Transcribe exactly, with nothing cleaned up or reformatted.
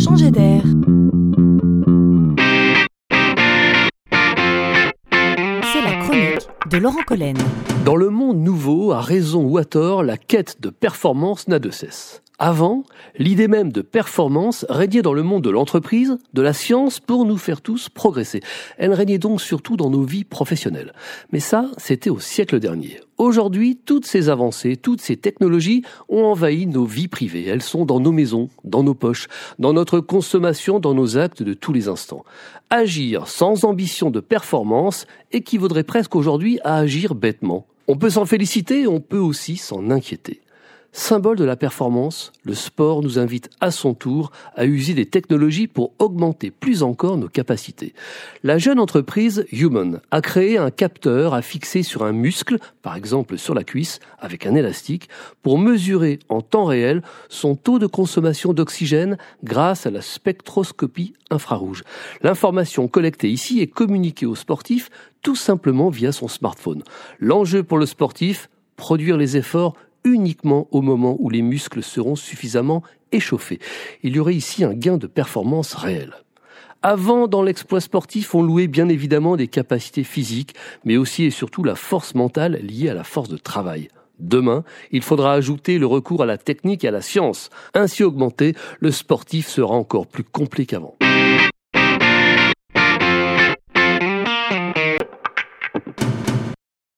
changer d'air. C'est la chronique de Laurent Collen. Dans le monde nouveau, à raison ou à tort, la quête de performance n'a de cesse. Avant, l'idée même de performance régnait dans le monde de l'entreprise, de la science pour nous faire tous progresser. Elle régnait donc surtout dans nos vies professionnelles. Mais ça, c'était au siècle dernier. Aujourd'hui, toutes ces avancées, toutes ces technologies ont envahi nos vies privées. Elles sont dans nos maisons, dans nos poches, dans notre consommation, dans nos actes de tous les instants. Agir sans ambition de performance équivaudrait presque aujourd'hui à agir bêtement. On peut s'en féliciter, on peut aussi s'en inquiéter. Symbole de la performance, le sport nous invite à son tour à user des technologies pour augmenter plus encore nos capacités. La jeune entreprise Human a créé un capteur à fixer sur un muscle, par exemple sur la cuisse, avec un élastique, pour mesurer en temps réel son taux de consommation d'oxygène grâce à la spectroscopie infrarouge. L'information collectée ici est communiquée au sportif tout simplement via son smartphone. L'enjeu pour le sportif, produire les efforts uniquement au moment où les muscles seront suffisamment échauffés. Il y aurait ici un gain de performance réel. Avant, dans l'exploit sportif, on louait bien évidemment des capacités physiques, mais aussi et surtout la force mentale liée à la force de travail. Demain, il faudra ajouter le recours à la technique et à la science. Ainsi augmenté, le sportif sera encore plus complet qu'avant.